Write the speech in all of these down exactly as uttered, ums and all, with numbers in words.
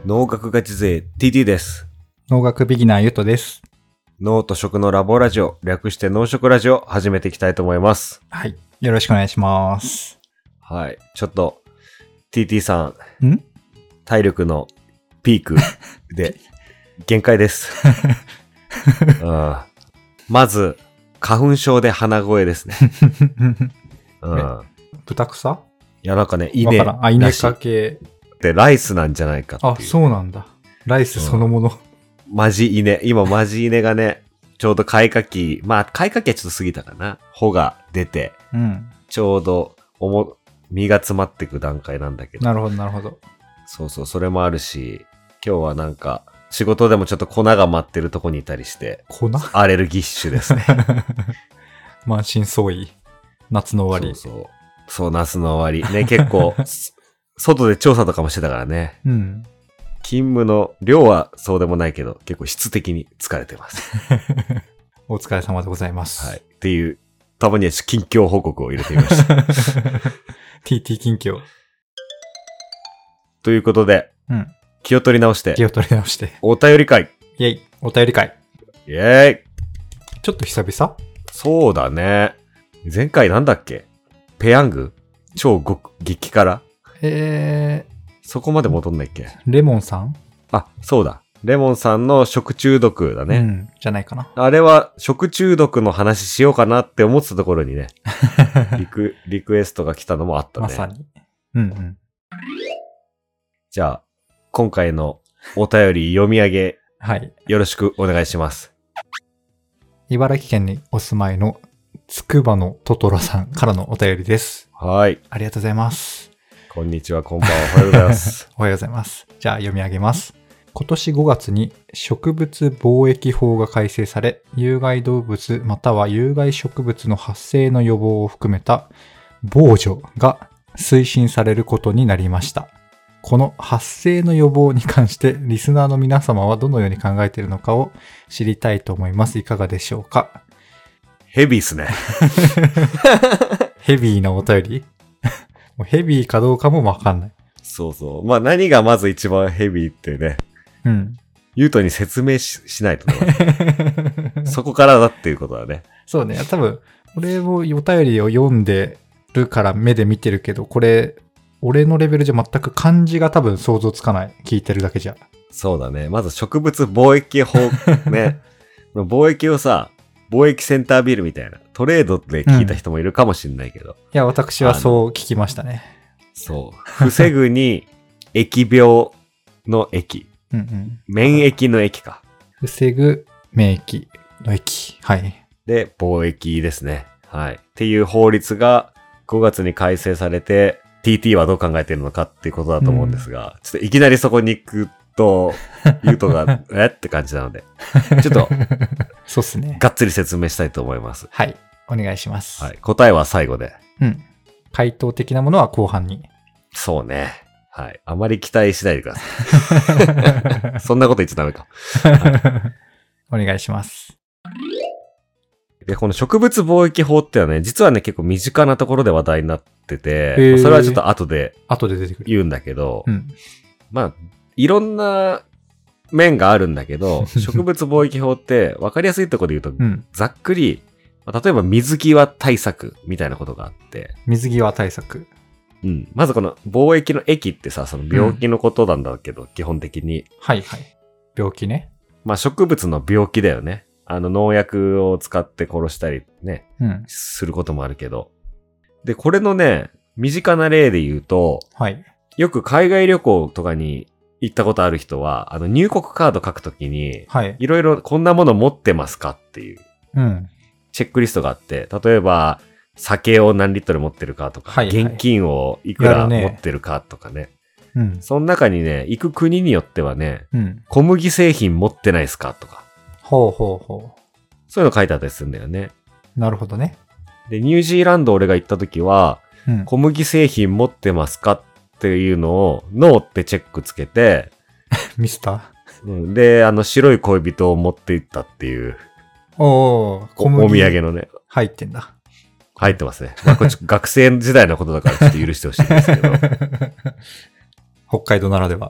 農学ガチ勢 ティーティー です。 農学ビギナーゆとです。 農と食のラボラジオ、略して農食ラジオ始めていきたいと思います。 はい。よろしくお願いします。 はい。ちょっと ティーティー さん、ん体力のピークで限界です、うん。まず花粉症で鼻声ですね。うん、 豚草？ いやなんかね、稲わからん。あ、稲かけでライスなんじゃないかっていう。 あ、そうなんだ。ライスそのもの。 うん、マジ稲。今マジ稲がね、ちょうど開花期、まあ開花期はちょっと過ぎたかな。穂が出て、 うん、 ちょうどおも実が詰まっていく段階なんだけど。 なるほどなるほど。 そうそう、それもあるし、今日はなんか仕事でもちょっと粉が舞ってるとこにいたりして、 粉？ アレルギッシュですね。 満身創痍。夏の終わり。 そうそう。そう、夏の終わり。ね、結構、外で調査とかもしてたからね。 うん。 勤務の量はそうでもないけど、結構質的に疲れてます。 お疲れ様でございます。 はい。っていう、たまには近況報告を入れてみました。 ティーティー 近況。 ということで、 うん、 気を取り直して。 気を取り直して。 お便り会。 イェイ。お便り会。 イェーイ。 ちょっと久々？ そうだね。前回なんだっけ？ペヤング？超極激辛？ えー。 そこまで戻んないっけ？ レモンさん？ あ、そうだ。レモンさんの食中毒だね。 うん、じゃないかな。 あれは食中毒の話しようかなって思ってたところにね、リク、リクエストが来たのもあったね。 まさに。うんうん。 じゃあ、今回のお便り読み上げ、 はい。 よろしくお願いします。 茨城県にお住まいのつくばのトトロさんからのお便りです。 はい。 ありがとうございます。 こんにちは、こんばんは、おはようございます。 おはようございます。じゃあ読み上げます。今年ごがつに植物防疫法が改正され、有害動物または有害植物の発生の予防を含めた防除が推進されることになりました。この発生の予防に関してリスナーの皆様はどのように考えているのかを知りたいと思います。いかがでしょうか？ ヘビーっすね。 ヘビーなお便り？もうヘビーかどうかもわかんない。 そうそう。まあ何がまず一番ヘビーってね。 うん。 ゆうとに説明 し, しないとね。そこからだっていうことだね。 そうね。多分、俺もお便りを読んでるから目で見てるけど、これ、俺のレベルじゃ全く漢字が多分想像つかない。聞いてるだけじゃ。 そうだね。まず植物貿易法ね。貿易をさ、貿易センタービルみたいなトレードで聞いた人もいるかもしれないけど、うん、いや私はそう聞きましたね。 そう防ぐに疫病の疫、うん、うん、免疫の疫か。 防ぐ免疫の疫、はいで貿易ですね。はいっていう法律がごがつに改正されて ティーティー はどう考えているのかっていうことだと思うんですが、うん、ちょっといきなりそこに行くとゆうとがえって感じなのでちょっとそうっすね。 がっつり説明したいと思います。 はい。お願いします。 はい。答えは最後で。 うん。回答的なものは後半に。 そうね。はい。あまり期待しないでください。そんなこと言っちゃダメか。 はい、お願いします。 で、この植物貿易法ってのはね、実はね、結構身近なところで話題になってて、それはちょっと後で、 後で出てくる。 言うんだけど、 うん、 まあ、いろんな、面があるんだけど、植物貿易法って分かりやすいところで言うと、うん、ざっくり、例えば水際対策みたいなことがあって。 水際対策。 うん。まずこの貿易の疫ってさ、その病気のことなんだけど、うん、基本的に。 はいはい。病気ね。 まあ植物の病気だよね。あの農薬を使って殺したりね、うん、することもあるけど。で、これのね、身近な例で言うと、 はい。 よく海外旅行とかに行ったことある人は、あの入国カード書くときに、はい。いろいろこんなもの持ってますかっていう、うん。チェックリストがあって、例えば、酒を何リットル持ってるかとか、はいはい、現金をいくら持ってるかとかね。うん。その中にね、行く国によってはね、うん。小麦製品持ってないですかとか。 ほうほうほう。 そういうの書いてあったりするんだよね。 なるほどね。 で、ニュージーランド俺が行った時は、うん、小麦製品持ってますかっていうのを、ノーってチェックつけて、 ミスター、 うん、で、あの、白い恋人を持って行ったっていう。 おー、 小麦。お土産のね。 入ってんだ。 入ってますね。まあ、こっち学生時代のことだからちょっと許してほしいんですけど。 北海道ならでは。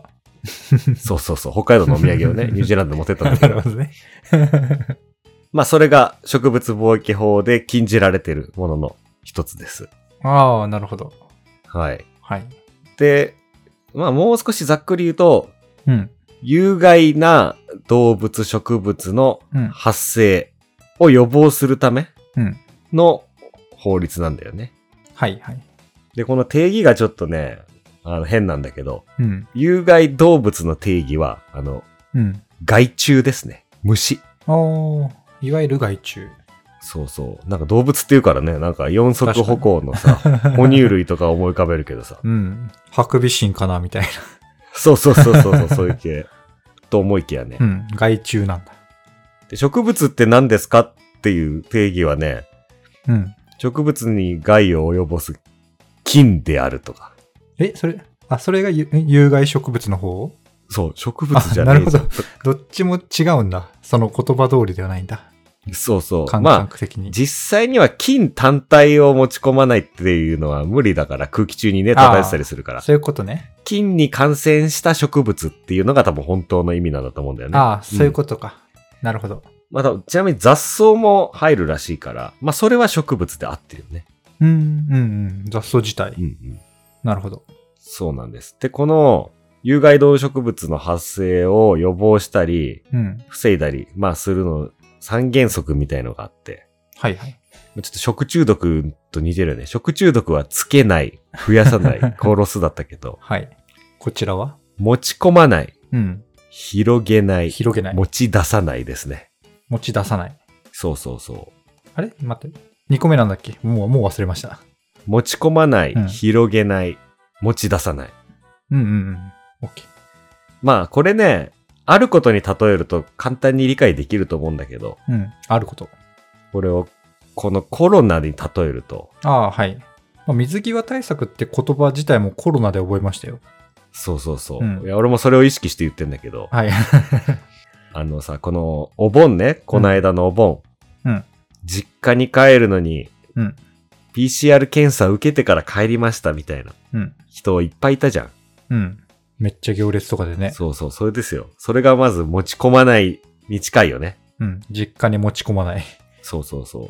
そうそうそう。北海道のお土産をね、ニュージーランド持ってったんだけど。 なるほどね。 まあそれが植物貿易法で禁じられているものの一つです。 ああ、なるほど。 はい。 はい。 で、まあもう少しざっくり言うと、 うん。 有害な動物植物の発生を予防するための法律なんだよね。 うん、はいはい。 で、この定義がちょっとね、あの変なんだけど、 うん、 有害動物の定義は、あの、 うん、 害虫ですね。虫。 ああ、いわゆる害虫。 そうそう。なんか動物っていうからね、なんか四足歩行のさ、哺乳類とか思い浮かべるけどさ。 うん。ハクビシンかなみたいな。 そうそうそうそう、そういう系。と思いきやね。 うん。害虫なんだ。 で、植物って何ですかっていう定義はね、 うん。 植物に害を及ぼす菌であるとか。 え、それ、あ、それが有害植物の方？ そう、植物じゃない。 なるほど。どっちも違うんだ。その言葉通りではないんだ。 そうそう。 感覚的に。 まあ、実際には菌単体を持ち込まないっていうのは無理だから、空気中にね、漂ってたりするから。 そういうことね。 菌に感染した植物っていうのが多分本当の意味なんだと思うんだよね。 ああ、そういうことか。うん、なるほど。 まあ、ちなみに雑草も入るらしいから、まあ、それは植物であってるね。 うん、うん、うん。雑草自体。 うん、うん。 なるほど。 そうなんです。で、この、有害動植物の発生を予防したり、うん、防いだり、まあ、するの、三原則みたいのがあって。 はいはい。 ちょっと食中毒と似てるよね。食中毒はつけない、増やさない、殺すだったけど。 はい。こちらは持ち込まない。 うん。 広げない。 広げない。 持ち出さないですね。 持ち出さない。 そうそうそう。 あれ待って。にこめなんだっけもう、もう忘れました。 持ち込まない、うん、広げない、持ち出さない。 うんうんうん。オッケー。 まあ、これね、あることに例えると簡単に理解できると思うんだけど。 うん。あること。 これを、このコロナに例えると。 ああ、はい。まあ、水際対策って言葉自体もコロナで覚えましたよ。 そうそうそう。うん、いや、俺もそれを意識して言ってんだけど。 はい。 あのさ、このお盆ね、この間のお盆。 うん。うん、 実家に帰るのに、 うん。 ピーシーアール 検査受けてから帰りましたみたいな。 うん。 人いっぱいいたじゃん。 うん。めっちゃ行列とかでね。 そうそう、それですよ。それがまず持ち込まないに近いよね。 うん。実家に持ち込まない。 そうそうそう。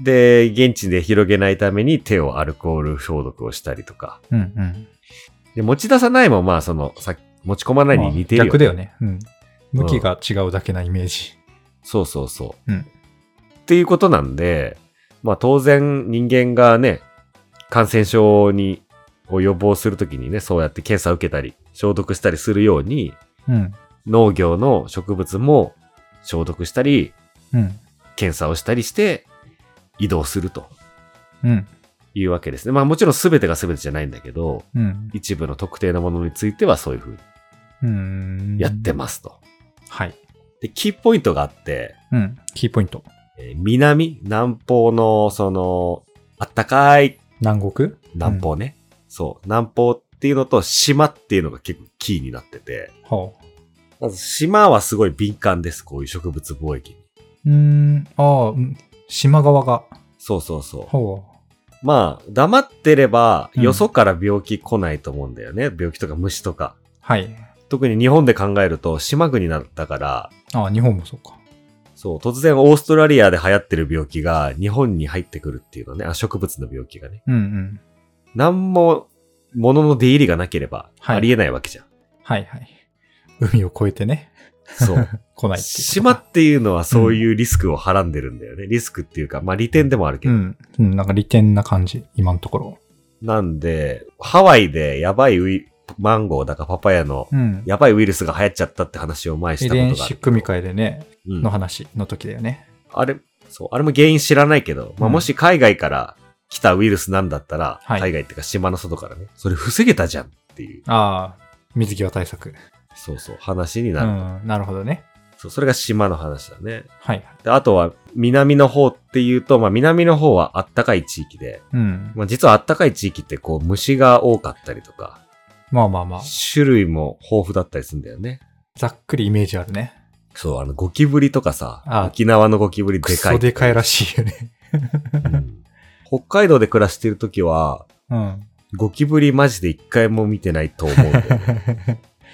で、現地で広げないために手をアルコール消毒をしたりとか。 うんうん。 で、持ち出さないもまあその、さ持ち込まないに似てるよね。 逆だよね。うん。向きが違うだけなイメージ。 うん、そうそうそう。 うん。 っていうことなんで、まあ当然人間がね、感染症に、を予防するときにね、そうやって検査を受けたり、消毒したりするように、 うん、 農業の植物も消毒したり、 うん、 検査をしたりして移動すると、 うん、 いうわけですね。まあもちろん全てが全てじゃないんだけど、 うん、 一部の特定のものについてはそういうふうにやってますと。 はい。 で、キーポイントがあって、 うん、キーポイント。 えー、南、南方のその、あったかい南国？ 南方ね。うん、そう。南方っていうのと島っていうのが結構キーになってて。 はあ、 まず島はすごい敏感です。こういう植物貿易に。 うーん。ああ、島側が。 そうそうそう。 はあ、 まあ、黙ってれば、よそから病気来ないと思うんだよね。うん、病気とか虫とか。 はい。 特に日本で考えると島国だったから。 ああ、日本もそうか。 そう。突然オーストラリアで流行ってる病気が日本に入ってくるっていうのね。あ、植物の病気がね。 うんうん。 なんも、物の出入りがなければ、ありえないわけじゃん。 はい、はい、はい。海を越えてね。 そう。 来ないっていう。 島っていうのはそういうリスクをはらんでるんだよね。うん、リスクっていうか、まあ利点でもあるけど。 うん。うん、なんか利点な感じ、今のところ。 なんで、ハワイでやばいウイ、マンゴーだかパパヤの、やばいウイルスが流行っちゃったって話を前したことがある。 遺伝子組み換えでね、うん、の話の時だよね。 あれ、そう、あれも原因知らないけど、まあ、もし海外から来たウイルスなんだったら、うん、海外っていうか島の外からね、それ防げたじゃんっていう。 ああ、水際対策。 そうそう、話になる。 うん、なるほどね。 そう、それが島の話だね。 はい。 で、あとは南の方っていうと、まあ南の方はあったかい地域で、 うん。 まあ実はあったかい地域ってこう虫が多かったりとか、 まあまあまあ。 種類も豊富だったりするんだよね。 ざっくりイメージあるね。 そう、あのゴキブリとかさ、ああ沖縄のゴキブリでかい。クソでかいらしいよね、 うん。北海道で暮らしてるときは、 うん。 ゴキブリマジで一回も見てないと思うんだよね。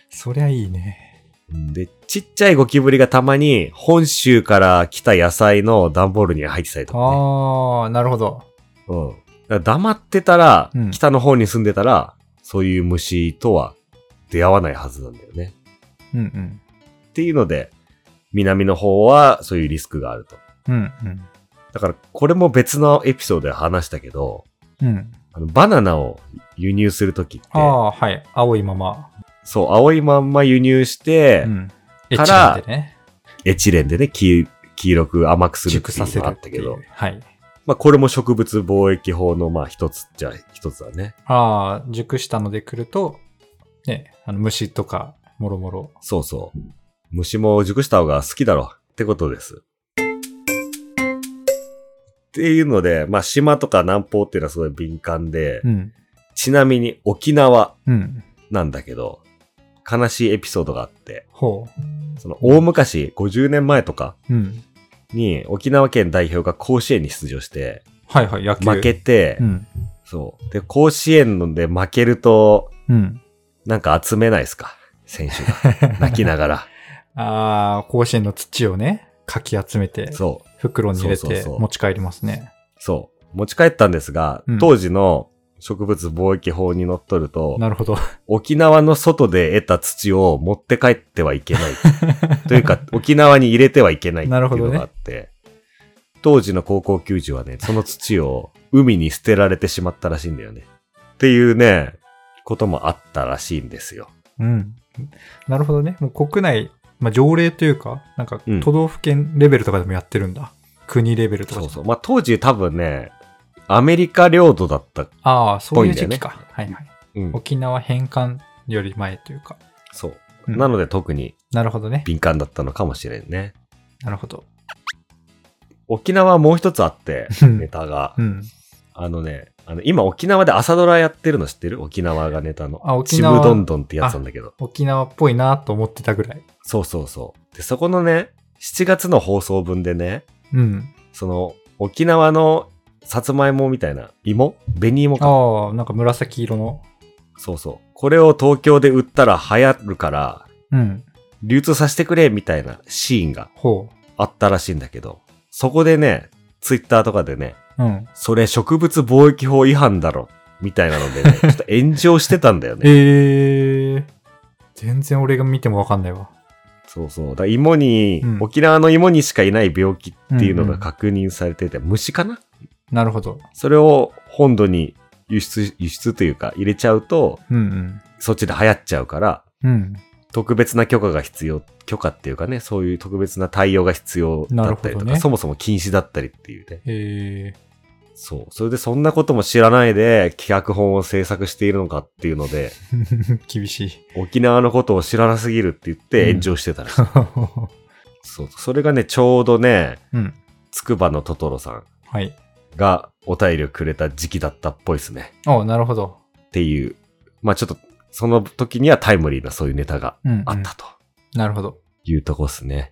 そりゃいいね。 で、ちっちゃいゴキブリがたまに本州から来た野菜の段ボールに入ってたりとかね。 ああ、なるほど。 うん。だから黙ってたら、 うん、 北の方に住んでたら、そういう虫とは出会わないはずなんだよね。 うんうん。 っていうので、南の方はそういうリスクがあると。 うんうん。 だからこれも別のエピソードで話したけど、 うん。 あのバナナを輸入するときって。 ああ、はい。青いまま。 そう、青いまんま輸入して、うん、 から、エチレンでね。 エチレンでね、黄、黄色く甘くするっていうのがあったけど。 はい。 まあこれも植物貿易法のまあ一つじゃ一つだね。 ああ、熟したので来ると、ね、あの虫とか、もろもろ。 そうそう。虫も熟した方が好きだろってことです。っていうので、まあ島とか南方っていうのはすごい敏感で、うん、ちなみに沖縄なんだけど、うん、悲しいエピソードがあって、ほうその大昔ごじゅうねんまえとかに、うん、沖縄県代表が甲子園に出場して、 はいはい、野球負けて、うん、そう。で、甲子園ので負けると、うん、なんか集めないですか選手が。泣きながら。 ああ、甲子園の土をね、かき集めて、そう。袋に入れて持ち帰りますね。 そう。持ち帰ったんですが、うん、当時の植物貿易法にのっとると、 なるほど。 沖縄の外で得た土を持って帰ってはいけない。というか、沖縄に入れてはいけないっていうのがあって、ね、当時の高校球児はね、その土を海に捨てられてしまったらしいんだよね。っていうね、こともあったらしいんですよ。 うん。なるほどね。もう国内、まあ、条例というか、なんか都道府県レベルとかでもやってるんだ。うん、国レベルとか。 そうそう。まあ、当時多分ね、アメリカ領土だったっぽいんだよね。 ああ、そういう時期か。はいはい。うん、沖縄返還より前というか。 そう。うん、なので特に、 なるほどね。 敏感だったのかもしれんね。 なるほど。 沖縄はもう一つあって、ネタが。うん、あのね、あの、今沖縄で朝ドラやってるの知ってる？沖縄がネタの。あ、沖縄。ちむどんどんってやつなんだけど。 沖縄っぽいなと思ってたぐらい。 そうそうそう。で、そこのね、しちがつの放送分でね、うん。その、沖縄のさつまいもみたいな芋？紅芋か。 ああ、なんか紫色の。 そうそう。これを東京で売ったら流行るから、うん。流通させてくれみたいなシーンがあったらしいんだけど、そこでね、ツイッターとかでね、うん。それ植物貿易法違反だろみたいなのでね、ちょっと炎上してたんだよね。 へえー。全然俺が見てもわかんないわ。 そうそう。だ芋に、うん、沖縄の芋にしかいない病気っていうのが確認されてて、うんうん、虫かな？ なるほど。 それを本土に輸出、輸出というか入れちゃうと、うんうん、そっちで流行っちゃうから、うん、特別な許可が必要、許可っていうかね、そういう特別な対応が必要だったりとか、ね、そもそも禁止だったりっていうね。へー。そう。それでそんなことも知らないで企画本を制作しているのかっていうので。 厳しい。 沖縄のことを知らなすぎるって言って炎上してたらしい。うん、そう。それがね、ちょうどね、うん、つくばのトトロさんがお便りをくれた時期だったっぽいですね。 あ、なるほど。 っていう。まあちょっと、その時にはタイムリーなそういうネタがあったと。 うんうん、なるほど。 いうとこっすね。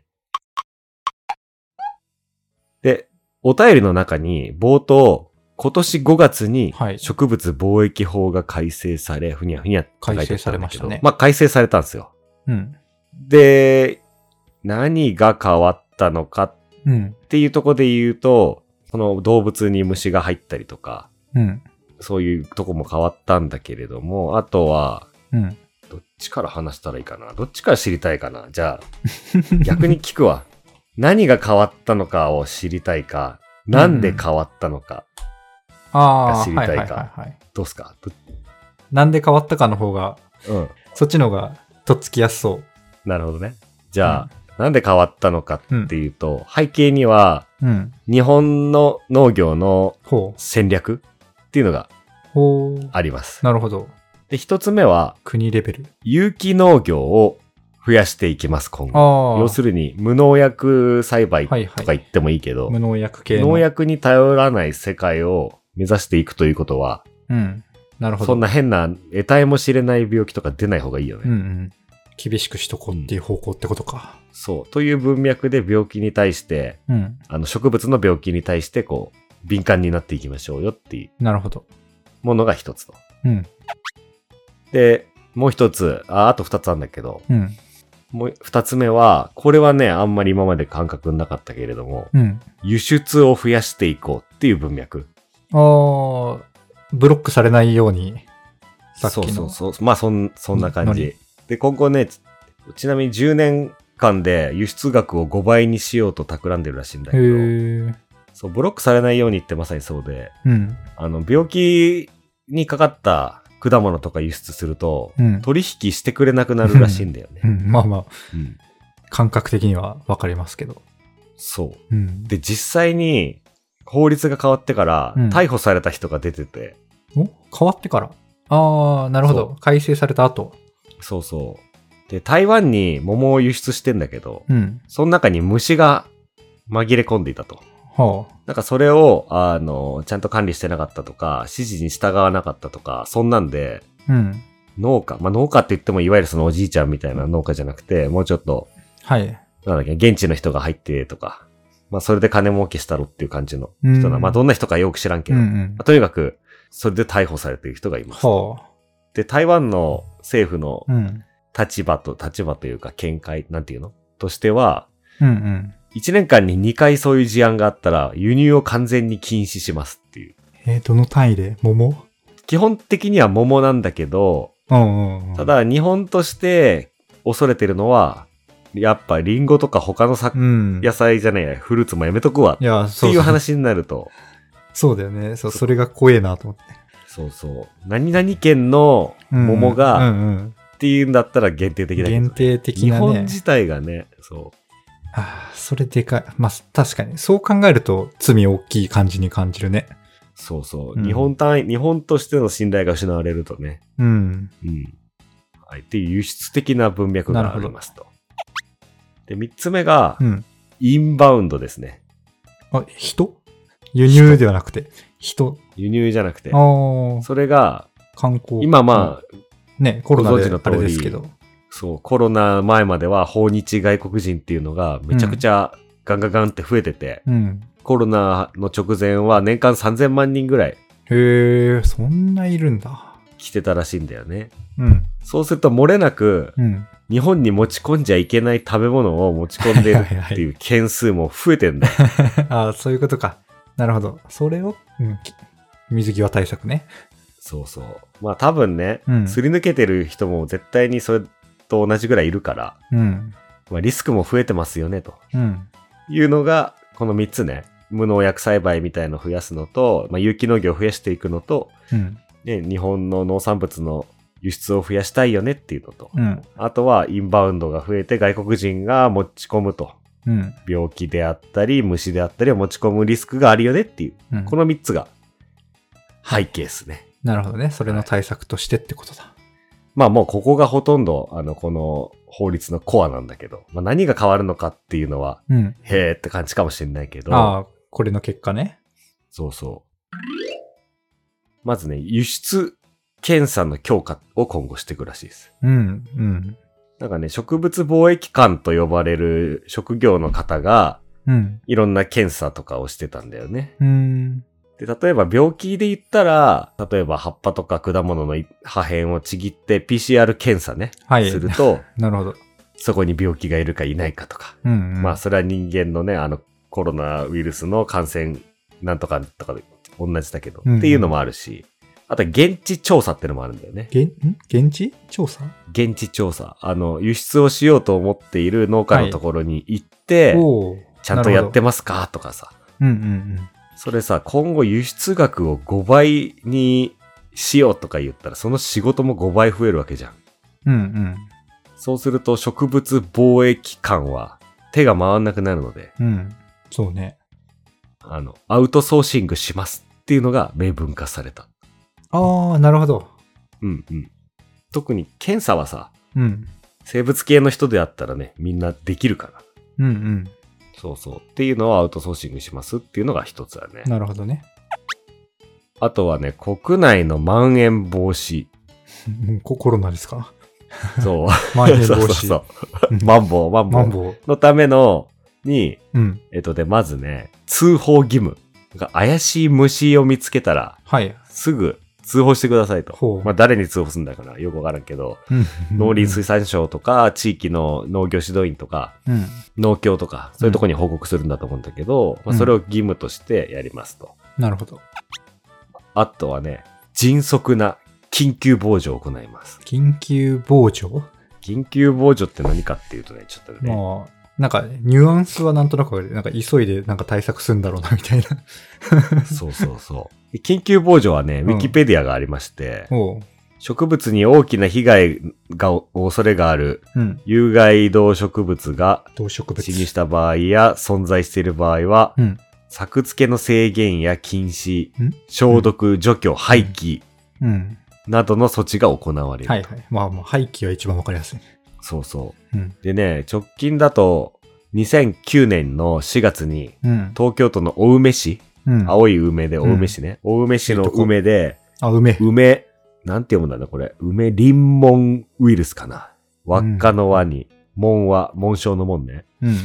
で、お便りの中に冒頭、今年ごがつに植物貿易法が改正され、はい、ふにゃふにゃって書いてあったんだけど、改正されましたね。まあ改正されたんですよ。うん。で、何が変わったのかっていうところで言うと、その動物に虫が入ったりとか、うん、そういうとこも変わったんだけれども、あとは、うん、どっちから話したらいいかな？どっちから知りたいかな？じゃあ、逆に聞くわ。何が変わったのかを知りたいか、なんで変わったのかが知りたいか、どうすか？ なんで変わったかの方が、うん、そっちの方がとっつきやすそう。 なるほどね。じゃあ、うん、なんで変わったのかっていうと、うん、背景には、うん、日本の農業の戦略っていうのがあります。 なるほど。 で、一つ目は、 国レベル。 有機農業を増やしていきます、今後。要するに、無農薬栽培とか言ってもいいけど、はいはい、 無農薬系の。 農薬に頼らない世界を目指していくということは、うん。なるほど。そんな変な、得体も知れない病気とか出ない方がいいよね。うんうん。 厳しくしとこうっていう方向ってことか。 うん、そう。という文脈で病気に対して、うん。あの、植物の病気に対して、こう、敏感になっていきましょうよっていう。 なるほど。 ものが一つと。うん。で、 もう一つ、あ、あと二つあるんだけど、 うん。 もう二つ目は、これはね、あんまり今まで感覚なかったけれども、 うん。 輸出を増やしていこうっていう文脈。 あー、ブロックされないように、さっきの。 そうそうそう。まあ、そん、そんな感じ。で、今後ね、ちなみにじゅうねんかんで輸出額をごばいにしようと企んでるらしいんだけど、 へー。 そう、ブロックされないようにってまさにそうで、 うん。 あの、病気にかかった果物とか輸出すると、 うん、 取引してくれなくなるらしいんだよね。 うん、まあまあ、 うん、 感覚的にはわかりますけど。 そう、 うん。 で、実際に法律が変わってから、逮捕された人が出てて。 お変わってからああ、なるほど。改正された後。 そうそう。で、台湾に桃を輸出してんだけど、 うん、 その中に虫が紛れ込んでいたと。 はあ、 なんかそれを、あの、ちゃんと管理してなかったとか、指示に従わなかったとか、そんなんで、 うん、 農家、まあ、農家って言ってもいわゆるそのおじいちゃんみたいな農家じゃなくて、もうちょっと、 はい。 なんだっけ、現地の人が入ってとか、まあ、それで金儲けしたろっていう感じの人な。まあ、どんな人かよく知らんけど、 うんうんまあ、とにかく、それで逮捕されている人がいます。 はあ、 で、台湾の政府のうん立場と、立場というか見解、なんていうのとしては、 うんうん。 いちねんかんににかいそういう事案があったら、輸入を完全に禁止しますっていう。 えー、どの単位で桃基本的には桃なんだけど、 うんうんうん、 ただ日本として恐れてるのは、やっぱリンゴとか他のさ、うん、野菜じゃねえや、フルーツもやめとくわ。いや、そうそう。っていう話になると。 そうだよね。そう、それが怖えなと思って。 そうそう。何々県の桃が、 うんうんうん、 っていうんだったら限定的だけど、ね。 限定的なね。 日本自体がね、そう。 ああ、それでかい。まあ、確かに。そう考えると罪大きい感じに感じるね。 そうそう。うん、日本単位、日本としての信頼が失われるとね。 うん。 うん。はい。っていう輸出的な文脈がありますと。で、三つ目が、うん、インバウンドですね。 あ、人輸入ではなくて、人。 輸入じゃなくて。あそれが、 観光。 今まあ、 ね、コロナであれですけど。 そう、コロナ前までは訪日外国人っていうのがめちゃくちゃガンガンガンって増えてて、うん、コロナの直前は年間さんぜんまんにんぐらい。 へえ、そんないるんだ。 来てたらしいんだよね。 うん。 そうすると漏れなく、うん、日本に持ち込んじゃいけない食べ物を持ち込んでるっていう件数も増えてんだよ。 ああ、そういうことか。なるほど。それを、うん、水際対策ね。 そうそう。まあ多分ね、うん、すり抜けてる人も絶対にそれと同じぐらいいるから、うん、まあ、リスクも増えてますよね、と、うん、いうのが、このみっつね、無農薬栽培みたいのを増やすのと、まあ、有機農業を増やしていくのと、うんね、日本の農産物の輸出を増やしたいよねっていうのと、うん、あとはインバウンドが増えて外国人が持ち込むと、うん、病気であったり虫であったりを持ち込むリスクがあるよねっていう、うん、このみっつが背景ですね。 なるほどね。それの対策としてってことだ。はい、 まあもうここがほとんど、あの、この法律のコアなんだけど、まあ何が変わるのかっていうのは、うん、へーって感じかもしれないけど。 ああ、これの結果ね。 そうそう。まずね、輸出検査の強化を今後していくらしいです。 うん、うん。 なんかね、植物貿易官と呼ばれる職業の方が、うん、いろんな検査とかをしてたんだよね。 うんで、例えば病気で言ったら、例えば葉っぱとか果物の破片をちぎって ピーシーアール 検査ね、はい、すると、 なるほど。 そこに病気がいるかいないかとか。うんうん、まあ、それは人間のね、あの、コロナウイルスの感染なんとかとかで同じだけど、うんうん、っていうのもあるし、あとは現地調査ってのもあるんだよね。 現、ん現地調査現地調査。あの、輸出をしようと思っている農家のところに行って、はい、ちゃんとやってますかとかさ。 うんうんうんそれさ、今後輸出額をごばいにしようとか言ったら、その仕事もごばい増えるわけじゃん。 うんうん。 そうすると植物貿易官は手が回んなくなるので。 うん。そうね。 あの、アウトソーシングしますっていうのが明文化された。 ああ、なるほど。 うんうん。特に検査はさ、 うん。 生物系の人であったらね、みんなできるから。 うんうん。 そうそう。っていうのをアウトソーシングしますっていうのが一つだね。 なるほどね。 あとはね、国内のまん延防止。 コロナですか？ そう。 まん延防止。 そうそうそう。マンボウ、マンボウ。 マンボウのための、に、 うん、 えっとで、まずね、通報義務。怪しい虫を見つけたら、 はい。 すぐ通報してくださいと。まあ誰に通報するんだからよくわからんけど、農林水産省とか地域の農業指導員とか、うん、農協とかそういうところに報告するんだと思うんだけど、うん、まあ、それを義務としてやりますと。 なるほど。 あとはね、迅速な緊急防除を行います。 緊急防除？ 緊急防除って何かっていうとね、ちょっとね。 まあ、なんかニュアンスはなんとなくなんか急いでなんか対策するんだろうなみたいな。 そうそうそう。緊急防除はね、ウィキペディアがありまして、うん、植物に大きな被害が恐れがある、うん、有害動植物が死にした場合や存在している場合は、うん、作付けの制限や禁止、消毒、除去、廃棄などの措置が行われる。 はいはい。まあまあ廃棄は一番わかりやすい。 そうそう、うん。でね、直近だとにせんきゅうねんのしがつに、うん、東京都の青梅市、うん、青い梅で青梅市ね、うん、青梅市の梅で、 あ、梅。 梅、なんて読むんだね、これ。梅リンモンウイルスかな。輪っかの輪に、門は紋章の門ね。 うんうんうん。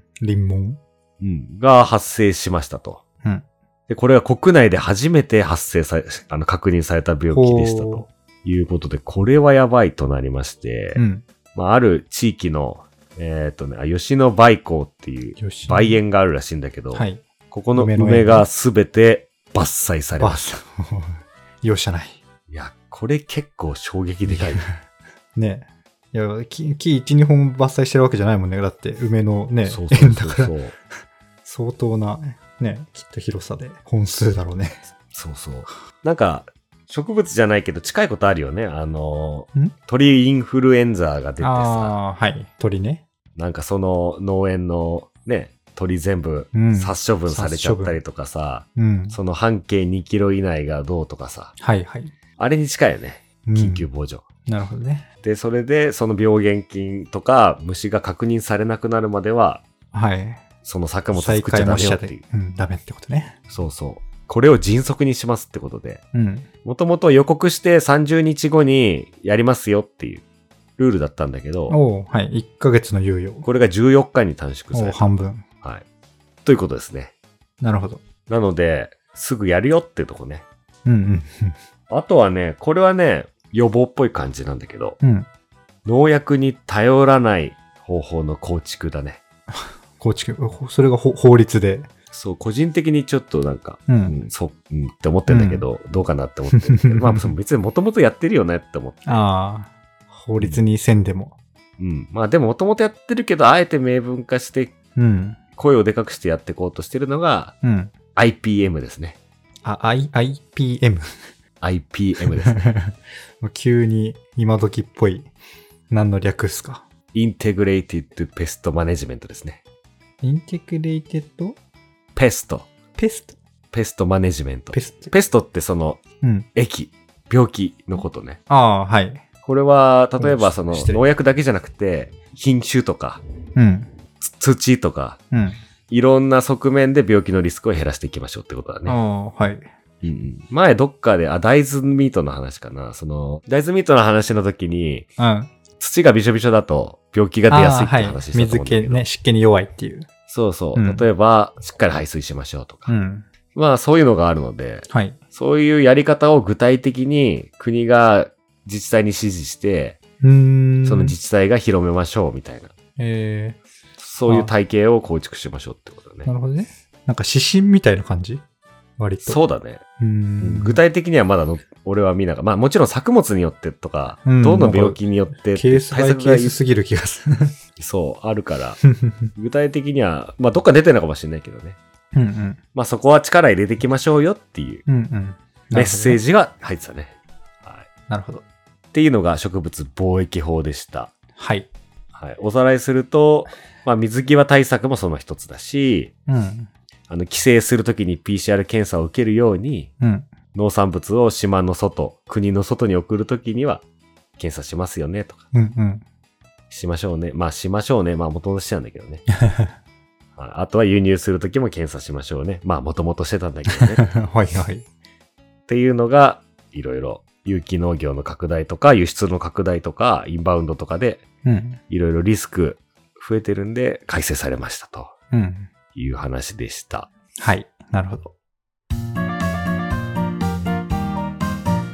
リンモン、 うん、が発生しましたと。うん、で、これは国内で初めて発生され、あの、確認された病気でしたということで、これはやばいとなりまして、うん、まあ、ある地域の、えっとね、吉野梅港っていう梅園があるらしいんだけど、はい、ここの梅がすべて伐採されました。 容赦ない。 いや、これ結構衝撃的だよね。いや、木、木いち、にほん伐採してるわけじゃないもんね。だって梅のね、 そうそうそうそう。 相当な、ね、きっと広さで本数だろうね。 そうそう。なんか、植物じゃないけど近いことあるよね。あの、鳥インフルエンザが出てさ。 ああ、はい。鳥ね。 なんかその農園のね、鳥全部殺処分されちゃったりとかさ、うん、その半径にキロ以内がどうとかさ。 はいはい。 あれに近いよね。緊急防除。 うん、なるほどね。 で、それでその病原菌とか虫が確認されなくなるまでは、 はい。 その作物作っちゃダメよっていう。 うん、ダメってことね。 そうそう。これを迅速にしますってことで。うん。もともと予告してさんじゅうにちごにやりますよっていうルールだったんだけど。 おはい。いっかげつの猶予。 これがじゅうよっかに短縮された。 半分。 はい。ということですね。 なるほど。 なので、すぐやるよってとこね。 うんうん。 あとはね、これはね、予防っぽい感じなんだけど。うん。農薬に頼らない方法の構築だね。 構築、それが法律で。 そう、個人的にちょっとなんか、うん、うん、そう、うん、って思ってんだけど、うん、どうかなって思ってるけど、まあ別にもともとやってるよねって思って。 ああ、法律にせんでも。 うん。まあでももともとやってるけど、あえて明文化して、うん、声をでかくしてやっていこうとしてるのが、うん、アイピーエム ですね。 あ、I、アイピーエム? アイピーエム ですね。 急に今時っぽい。何の略っすか？ インテグレイティッドペストマネジメントですね。 インテグレイテッドペスト。 ペストペストマネジメント。 ペスト。 ペストってその、うん、疫、病気のことね。 ああ、はい。 これは、例えばその、農薬だけじゃなくて、品種とか、うん、土とか、うん、いろんな側面で病気のリスクを減らしていきましょうってことだね。 ああ、はい。 うん、前どっかで、あ、大豆ミートの話かな。その、大豆ミートの話の時に、うん、土がびしょびしょだと病気が出やすいって話したと思うんだけど。はい、 水気ね、湿気に弱いっていう。 そうそう。うん、例えば、しっかり排水しましょうとか。うん、まあ、そういうのがあるので、はい、そういうやり方を具体的に国が自治体に指示して、うーんその自治体が広めましょうみたいな。えー、そういう体系を構築しましょうってことだね。 なるほどね。なんか指針みたいな感じ？割と。 そうだね。うーん具体的にはまだの俺は見ながら、まあもちろん作物によってとか、どの病気によってケースバイケースすぎる気がする。 そう、あるから。具体的には、まあどっか出てるのかもしれないけどね。うんうん、まあそこは力入れていきましょうよっていうメッセージが入ってたね。 はい、なるほど。 っていうのが植物防疫法でした。 はい。 はい。おさらいすると、まあ水際対策もその一つだし、うん、あの、帰省するときに ピーシーアール 検査を受けるように、うん、農産物を島の外、国の外に送るときには検査しますよねとか。うんうん、しましょうね。まあしましょうね。まあ元々しちゃうんだけどね。あとは輸入するときも検査しましょうね。まあ元々してたんだけどね。 はいはい。 っていうのが、いろいろ有機農業の拡大とか、輸出の拡大とか、インバウンドとかで、いろいろリスク増えてるんで、改正されましたと。いう話でした。 はい。なるほど。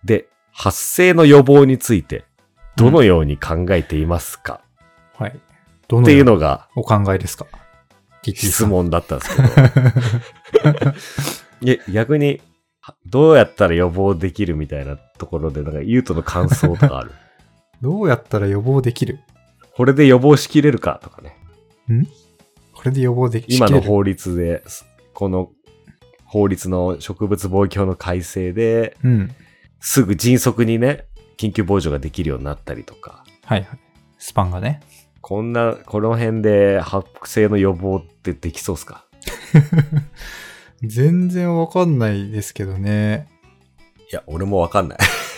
で、発生の予防について、どのように考えていますか、 うん、はい。どのっていうのが、 お考えですか質問だったんですけど。いや、逆に、どうやったら予防できるみたいなところで、なんか、ゆうとの感想とかあるどうやったら予防できるこれで予防しきれるかとかね。 んこれで予防できる今の法律で、この法律の植物防疫法の改正で、うん、すぐ迅速にね、緊急防除ができるようになったりとか。 はいはい。スパンがね。 こんな、この辺で発生の予防ってできそうっすか全然わかんないですけどね。 いや、俺もわかんない。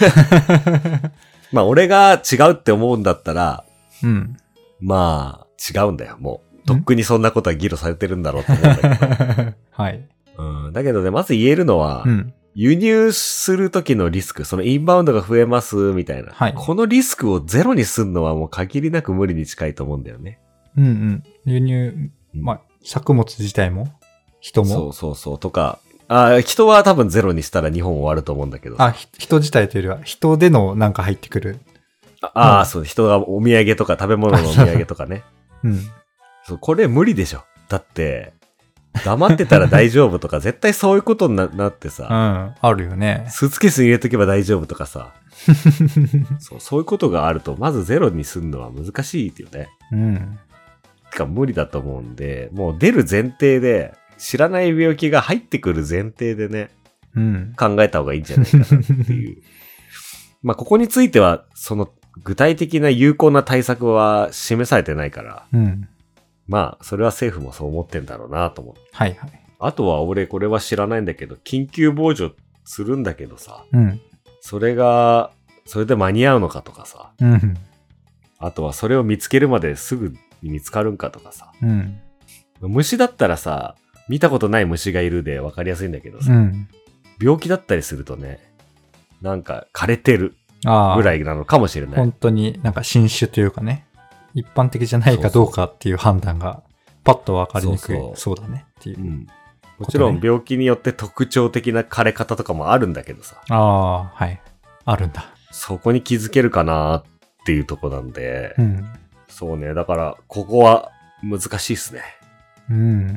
まあ、俺が違うって思うんだったら、うん。まあ、違うんだよ、もう。とっくにそんなことは議論されてるんだろうと思うんだけど。 はい。 うん。だけどね、まず言えるのは、うん、輸入するときのリスク、そのインバウンドが増えます、みたいな。はい。このリスクをゼロにするのはもう限りなく無理に近いと思うんだよね。 うんうん。輸入、まあ、作物自体も人もそうそうそう。とか、あ人は多分ゼロにしたら日本終わると思うんだけど。 あ、人自体というよりは、人でのなんか入ってくる。 あ、あ、うん、そう、人がお土産とか食べ物のお土産とかね。うん。そう、これ無理でしょ。だって、黙ってたら大丈夫とか、絶対そういうことに な, なってさ。 うん。あるよね。 スーツケースに入れとけば大丈夫とかさ。そう、そういうことがあると、まずゼロにするのは難しいっていうね。うん。てか無理だと思うんで、もう出る前提で、知らない病気が入ってくる前提でね、うん、考えた方がいいんじゃないかなっていう。まあ、ここについては、その具体的な有効な対策は示されてないから、うん、まあ、それは政府もそう思ってんだろうなと思って。はいはい。あとは俺これは知らないんだけど、緊急防除するんだけどさ、うん、それが、それで間に合うのかとかさ、うん、あとはそれを見つけるまですぐに見つかるんかとかさ、うん、虫だったらさ、見たことない虫がいるで分かりやすいんだけどさ、うん、病気だったりするとね、なんか枯れてるぐらいなのかもしれない。 本当になんか新種というかね、一般的じゃないかどうかっていう判断がパッと分かりにくい。そうそう、そうだねっていう、うん。 もちろん病気によって特徴的な枯れ方とかもあるんだけどさ。 ああ、はい。あるんだ。 そこに気づけるかなっていうとこなんで、うん、そうね、だからここは難しいっすね。うん。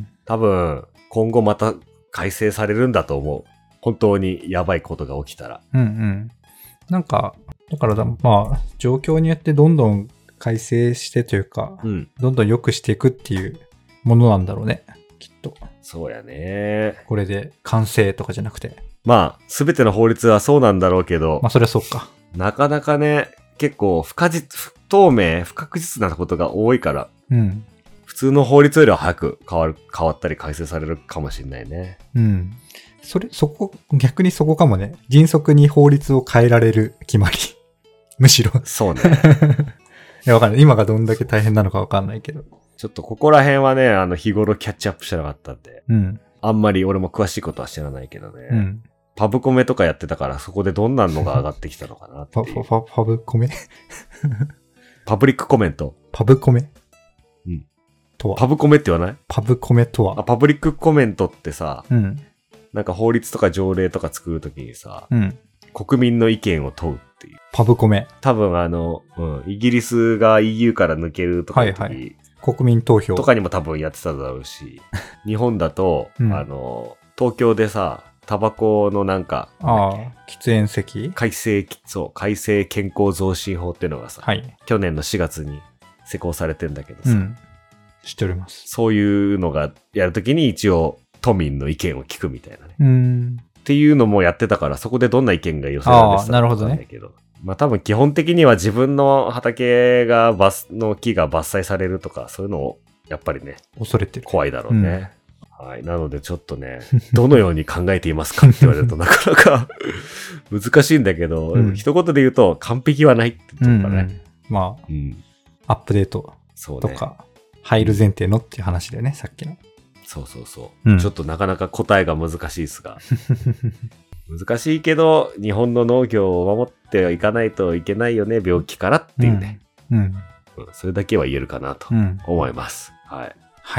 多分、今後また改正されるんだと思う。本当にやばいことが起きたら。 うんうん。なんか、だからだ、まあ、状況によってどんどん改正してというか、うん、どんどん良くしていくっていうものなんだろうね。きっと。 そうやね。 これで完成とかじゃなくて。 まあ、すべての法律はそうなんだろうけど。 まあ、それはそうか。 なかなかね、結構不可実、不透明、不確実なことが多いから。うん。普通の法律よりは早く変わる、変わったり改正されるかもしれないね。 うん。それ、そこ、逆にそこかもね。迅速に法律を変えられる決まり。むしろ。 そうね。 いや、わかんない。今がどんだけ大変なのかわかんないけど。 ちょっとここら辺はね、あの、日頃キャッチアップしてなかったんで。うん。あんまり俺も詳しいことは知らないけどね。うん。パブコメとかやってたから、そこでどんなのが上がってきたのかなっていう。 パ、パ、パブコメパブリックコメント。 パブコメパブコメって言わない？ パブコメとはあ、パブリックコメントってさ、うん、なんか法律とか条例とか作るときにさ、うん、国民の意見を問うっていう。 パブコメ。 多分あの、うん、イギリスが イーユー から抜けるとかの時、はいはい、 国民投票とかにも多分やってただろうし、日本だと、うん、あの、東京でさ、タバコのなんか、 ああ、喫煙席改正、そう、改正健康増進法っていうのがさ、はい、去年のしがつに施行されてんだけどさ、うん知っております。 そういうのがやるときに一応都民の意見を聞くみたいなね。うーんっていうのもやってたから、そこでどんな意見が寄せられてたのかわかんないけど。まあ多分基本的には自分の畑がバスの木が伐採されるとか、そういうのをやっぱりね、 恐れてる。 怖いだろうね。うん、はい。なのでちょっとね、どのように考えていますかって言われるとなかなか難しいんだけど、うん、一言で言うと完璧はないって言うかね。うんうん、 まあ、うん、アップデートとか。入る前提のっていう話だよね、さっきの。 そうそうそう。うん、ちょっとなかなか答えが難しいですが。難しいけど、日本の農業を守っていかないといけないよね、病気からっていうね。うん。うんうん、それだけは言えるかなと思います。うん、はい。 はい。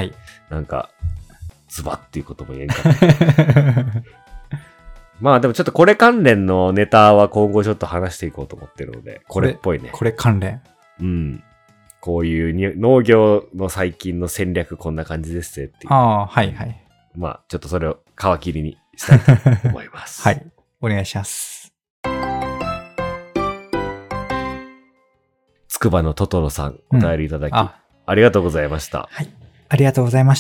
なんか、ズバッっていうことも言えんかった。 まあでもちょっとこれ関連のネタは今後ちょっと話していこうと思ってるので、これっぽいね。 これ、これ関連。 うん。こういうに農業の最近の戦略こんな感じですっていう。 ああ、はいはい。 まあちょっとそれを皮切りにしたいと思います。 はい。お願いします。 つくばのトトロさん、お便りいただき、うん、あ, ありがとうございました。 はい。ありがとうございました。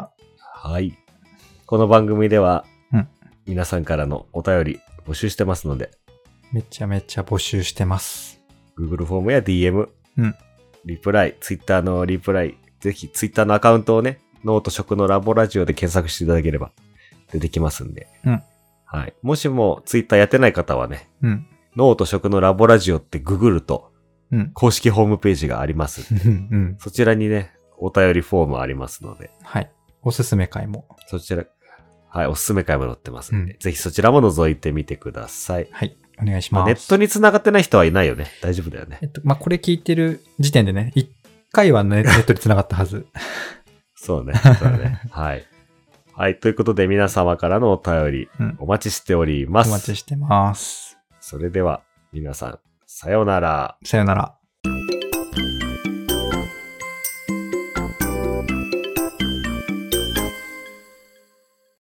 はい。この番組では、うん、皆さんからのお便り募集してますので。 めちゃめちゃ募集してます。 Google フォームや ディーエム、 うん、 リプライ、Twitter のリプライ、ぜひ Twitter のアカウントをね、ノート食のラボラジオで検索していただければ出てきますんで。 うん。 はい。もしも Twitter やってない方はね、 うん、 ノート食のラボラジオってググると、 うん、 公式ホームページがあります。 うん、 そちらにね、お便りフォームありますので。 はい。おすすめ会も。 そちら、はい、おすすめ会も載ってますんで、うん、ぜひそちらも覗いてみてください。 はい。お願いします。まあ、 ネットに繋がってない人はいないよね。大丈夫だよね。 えっと、まあ、これ聞いてる時点でね、一回はネットに繋がったはず。 そうね。そうね。はい。はい。ということで皆様からのお便り、お待ちしております。 お待ちしてます。 それでは皆さん、さようなら。 さようなら。